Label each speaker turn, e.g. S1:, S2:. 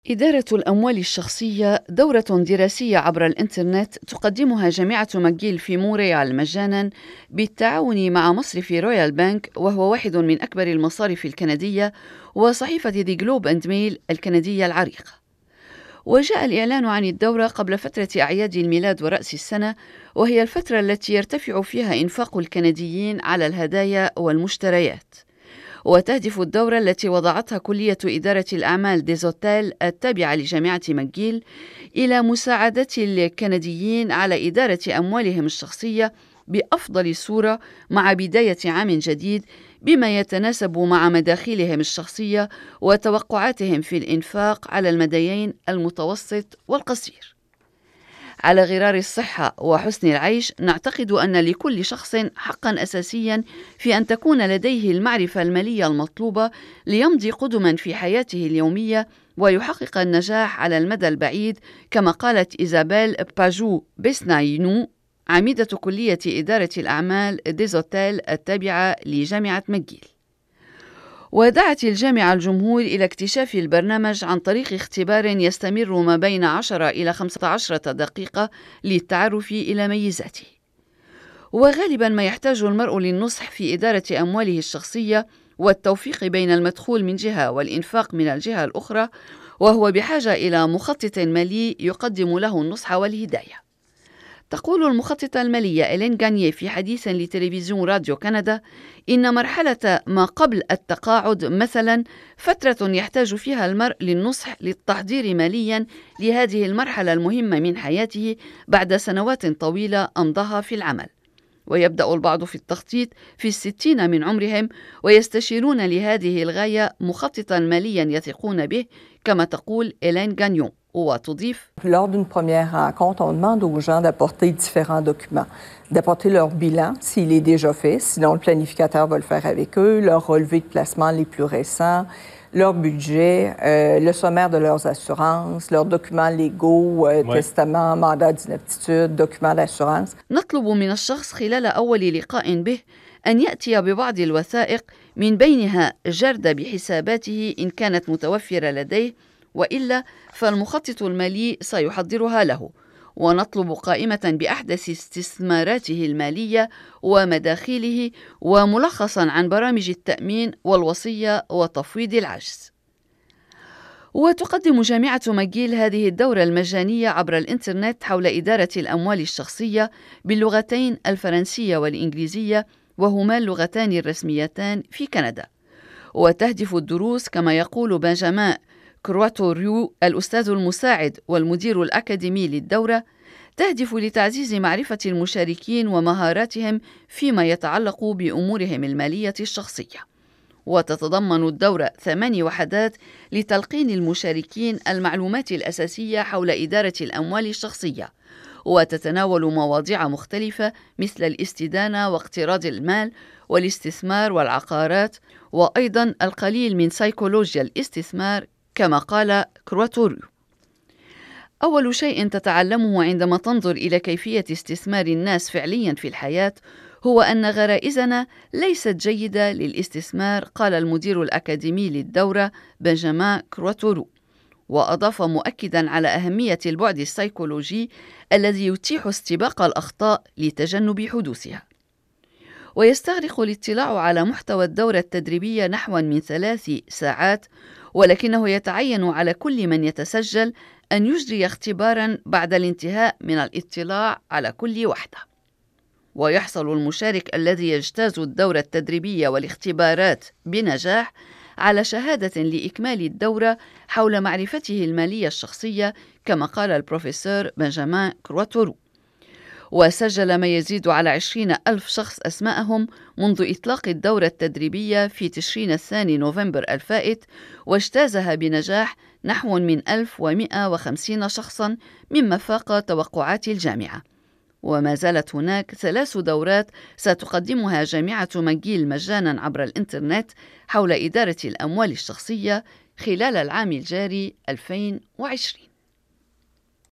S1: إدارة الأموال الشخصية دورة دراسية عبر الإنترنت تقدمها جامعة ماكجيل في مونريال مجانا بالتعاون مع مصرف رويال بانك، وهو واحد من أكبر المصارف الكندية وصحيفة دي جلوب أند ميل الكندية العريقة. وجاء الإعلان عن الدورة قبل فترة أعياد الميلاد ورأس السنة، وهي الفترة التي يرتفع فيها إنفاق الكنديين على الهدايا والمشتريات. وتهدف الدورة التي وضعتها كلية إدارة الأعمال ديزوتيل التابعة لجامعة ماكجيل إلى مساعدة الكنديين على إدارة أموالهم الشخصية بأفضل صورة مع بداية عام جديد، بما يتناسب مع مداخيلهم الشخصية وتوقعاتهم في الإنفاق على المديين المتوسط والقصير. على غرار الصحة وحسن العيش، نعتقد أن لكل شخص حقا أساسيا في أن تكون لديه المعرفة المالية المطلوبة ليمضي قدما في حياته اليومية ويحقق النجاح على المدى البعيد، كما قالت إيزابيل باجو بيسناينو، عميدة كلية إدارة الأعمال ديزوتيل التابعة لجامعة ماكجيل. ودعت الجامعة الجمهور إلى اكتشاف البرنامج عن طريق اختبار يستمر ما بين 10 إلى 15 دقيقة للتعرف إلى ميزاته. وغالبا ما يحتاج المرء للنصح في إدارة أمواله الشخصية والتوفيق بين المدخول من جهة والإنفاق من الجهة الأخرى، وهو بحاجة إلى مخطط مالي يقدم له النصح والهداية. تقول المخططة المالية إلين غانييه في حديث لتلفزيون راديو كندا إن مرحلة ما قبل التقاعد مثلا فترة يحتاج فيها المرء للنصح للتحضير ماليا لهذه المرحلة المهمة من حياته بعد سنوات طويلة أمضاها في العمل. ويبدأ البعض في التخطيط في 60 من عمرهم، ويستشيرون لهذه الغاية مخططا ماليا يثقون به، كما تقول إلين غانييه.
S2: Lors d'une première rencontre, on demande aux gens d'apporter différents documents, d'apporter leur bilan s'il est déjà fait, sinon le planificateur va le faire avec eux, leur relevé de placement les plus récents, leur budget, le sommaire de leurs assurances, leurs documents légaux, testament, mandat d'inaptitude, documents d'assurance.
S1: نطلب من الشخص خلال أول لقاء به أن يأتي ببعض الوثائق، من بينها جرد بحساباته إن كانت متوفرة لديه، وإلا فالمخطط المالي سيحضرها له. ونطلب قائمة بأحدث استثماراته المالية ومداخيله، وملخصا عن برامج التأمين والوصية وتفويض العجز. وتقدم جامعة ماكجيل هذه الدورة المجانية عبر الإنترنت حول إدارة الأموال الشخصية باللغتين الفرنسية والإنجليزية، وهما اللغتان الرسميتان في كندا. وتهدف الدروس، كما يقول بنجامين كرواتوريو الأستاذ المساعد والمدير الأكاديمي للدورة، تهدف لتعزيز معرفة المشاركين ومهاراتهم فيما يتعلق بأمورهم المالية الشخصية. وتتضمن الدورة 8 وحدات لتلقين المشاركين المعلومات الأساسية حول إدارة الأموال الشخصية، وتتناول مواضيع مختلفة مثل الاستدانة واقتراض المال والاستثمار والعقارات، وأيضا القليل من سيكولوجيا الاستثمار، كما قال كرواتوريو. أول شيء تتعلمه عندما تنظر إلى كيفية استثمار الناس فعليا في الحياة هو أن غرائزنا ليست جيدة للاستثمار، قال المدير الأكاديمي للدورة بنجامين كرواتوريو. وأضاف مؤكدا على أهمية البعد السيكولوجي الذي يتيح استباق الأخطاء لتجنب حدوثها. ويستغرق الاطلاع على محتوى الدورة التدريبية نحو من 3 ساعات، ولكنه يتعين على كل من يتسجل أن يجري اختبارا بعد الانتهاء من الاطلاع على كل وحدة. ويحصل المشارك الذي يجتاز الدورة التدريبية والاختبارات بنجاح على شهادة لإكمال الدورة حول معرفته المالية الشخصية، كما قال البروفيسور بنجامين كرواتوريو. وسجل ما يزيد على 20,000 شخص أسماءهم منذ إطلاق الدورة التدريبية في تشرين الثاني نوفمبر الفائت، واجتازها بنجاح نحو من 1150 شخصا، مما فاق توقعات الجامعة. وما زالت هناك 3 دورات ستقدمها جامعة ماكجيل مجانا عبر الإنترنت حول إدارة الأموال الشخصية خلال العام الجاري 2020.